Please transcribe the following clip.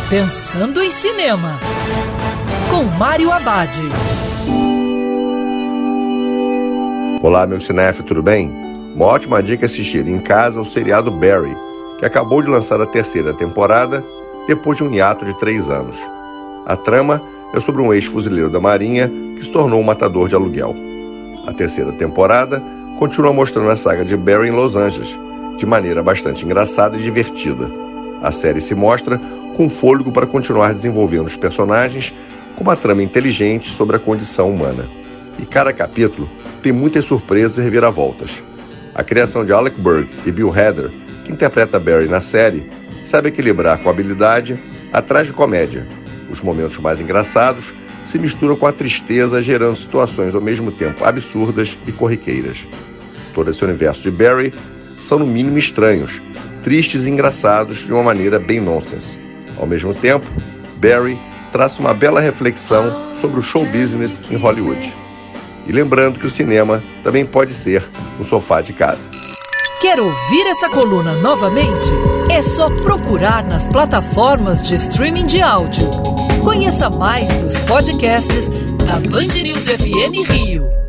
Pensando em Cinema, com Mário Abad. Olá, meu cinéfilo, tudo bem? Uma ótima dica é assistir em casa o seriado Barry, que acabou de lançar a terceira temporada depois de um hiato de 3 anos. A trama é sobre um ex-fuzileiro da Marinha que se tornou um matador de aluguel. A terceira temporada continua mostrando a saga de Barry em Los Angeles, de maneira bastante engraçada e divertida. A série se mostra com fôlego para continuar desenvolvendo os personagens com uma trama inteligente sobre a condição humana. E cada capítulo tem muitas surpresas e reviravoltas. A criação de Alec Berg e Bill Hader, que interpreta Barry na série, sabe equilibrar com habilidade a tragicomédia. Os momentos mais engraçados se misturam com a tristeza, gerando situações ao mesmo tempo absurdas e corriqueiras. Todo esse universo de Barry são no mínimo estranhos, tristes e engraçados de uma maneira bem nonsense. Ao mesmo tempo, Barry traça uma bela reflexão sobre o show business em Hollywood. E lembrando que o cinema também pode ser um sofá de casa. Quer ouvir essa coluna novamente? É só procurar nas plataformas de streaming de áudio. Conheça mais dos podcasts da Band News FM Rio.